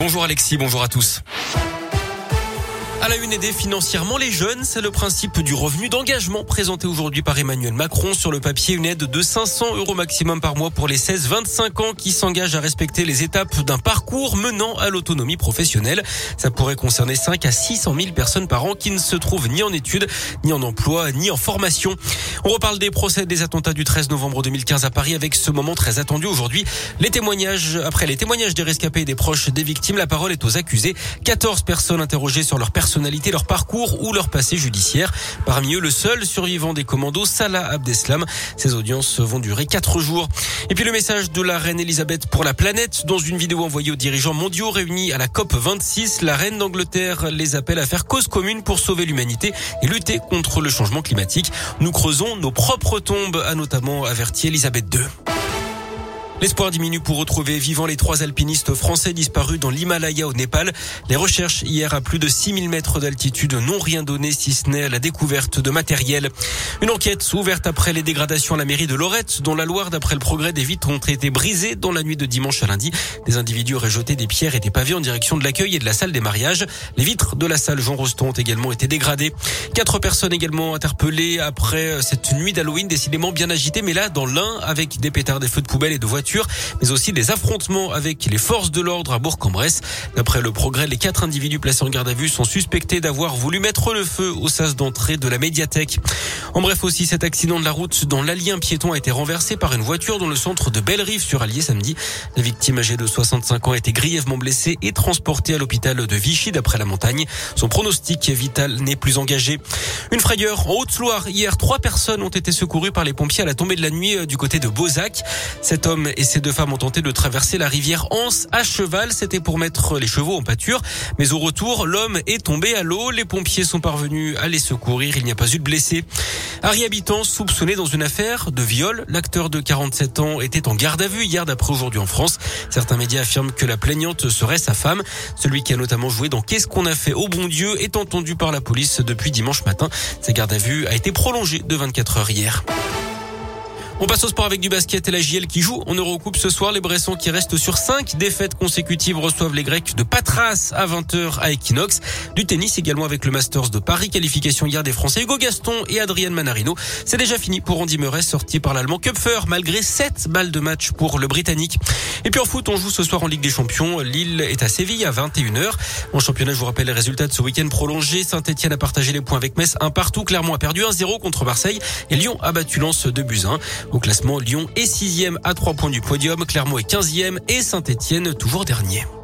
Bonjour Alexis, bonjour à tous. À la une, aider financièrement les jeunes, c'est le principe du revenu d'engagement présenté aujourd'hui par Emmanuel Macron. Sur le papier, une aide de 500 € maximum par mois pour les 16-25 ans qui s'engagent à respecter les étapes d'un parcours menant à l'autonomie professionnelle. Ça pourrait concerner 5 à 600 000 personnes par an qui ne se trouvent ni en études, ni en emploi, ni en formation. On reparle des procès des attentats du 13 novembre 2015 à Paris avec ce moment très attendu aujourd'hui. Après les témoignages des rescapés et des proches des victimes, la parole est aux accusés. 14 personnes interrogées sur leur personnalité, leur parcours ou leur passé judiciaire. Parmi eux, le seul survivant des commandos, Salah Abdeslam. Ces audiences vont durer 4 jours. Et puis le message de la reine Elisabeth pour la planète. Dans une vidéo envoyée aux dirigeants mondiaux réunis à la COP26, la reine d'Angleterre les appelle à faire cause commune pour sauver l'humanité et lutter contre le changement climatique. Nous creusons nos propres tombes, a notamment averti Elisabeth II. L'espoir diminue pour retrouver vivants les 3 alpinistes français disparus dans l'Himalaya au Népal. Les recherches hier à plus de 6000 mètres d'altitude n'ont rien donné si ce n'est la découverte de matériel. Une enquête ouverte après les dégradations à la mairie de Lorette, dont la Loire, d'après le Progrès, des vitres ont été brisées dans la nuit de dimanche à lundi. Des individus auraient jeté des pierres et des pavés en direction de l'accueil et de la salle des mariages. Les vitres de la salle Jean Rostand ont également été dégradées. 4 personnes également interpellées après cette nuit d'Halloween décidément bien agitée, mais là dans l'Ain avec des pétards, des feux de poubelle et de voitures, mais aussi des affrontements avec les forces de l'ordre à Bourg-en-Bresse. D'après le Progrès, les 4 individus placés en garde à vue sont suspectés d'avoir voulu mettre le feu au sas d'entrée de la médiathèque. En bref aussi, cet accident de la route dans l'Allier, un piéton a été renversé par une voiture dans le centre de Bellerive sur Allier samedi. La victime âgée de 65 ans a été grièvement blessée et transportée à l'hôpital de Vichy d'après la Montagne. Son pronostic vital n'est plus engagé. Une frayeur en Haute-Loire. Hier, 3 personnes ont été secourues par les pompiers à la tombée de la nuit du côté de Beauzac. Cet homme et ces 2 femmes ont tenté de traverser la rivière Anse à cheval. C'était pour mettre les chevaux en pâture. Mais au retour, l'homme est tombé à l'eau. Les pompiers sont parvenus à les secourir. Il n'y a pas eu de blessés. Harry Habitant, soupçonné dans une affaire de viol. L'acteur de 47 ans était en garde à vue hier d'après Aujourd'hui en France. Certains médias affirment que la plaignante serait sa femme. Celui qui a notamment joué dans Qu'est-ce qu'on a fait au bon Dieu est entendu par la police depuis dimanche matin. Sa garde à vue a été prolongée de 24 heures hier. On passe au sport avec du basket et la JL qui joue en Eurocoupe ce soir. Les Bressons qui restent sur 5 défaites consécutives reçoivent les Grecs de Patras à 20h à Equinox. Du tennis également avec le Masters de Paris. Qualification hier des Français Hugo Gaston et Adrian Manarino. C'est déjà fini pour Andy Murray sorti par l'Allemand Köpfer malgré 7 balles de match pour le Britannique. Et puis en foot, on joue ce soir en Ligue des Champions. Lille est à Séville à 21h. En championnat, je vous rappelle les résultats de ce week-end prolongé. Saint-Etienne a partagé les points avec Metz 1-1. Clermont a perdu 1-0 contre Marseille et Lyon a battu Lens 2-1. Au classement, Lyon est 6e à 3 points du podium, Clermont est 15e et Saint-Etienne toujours dernier.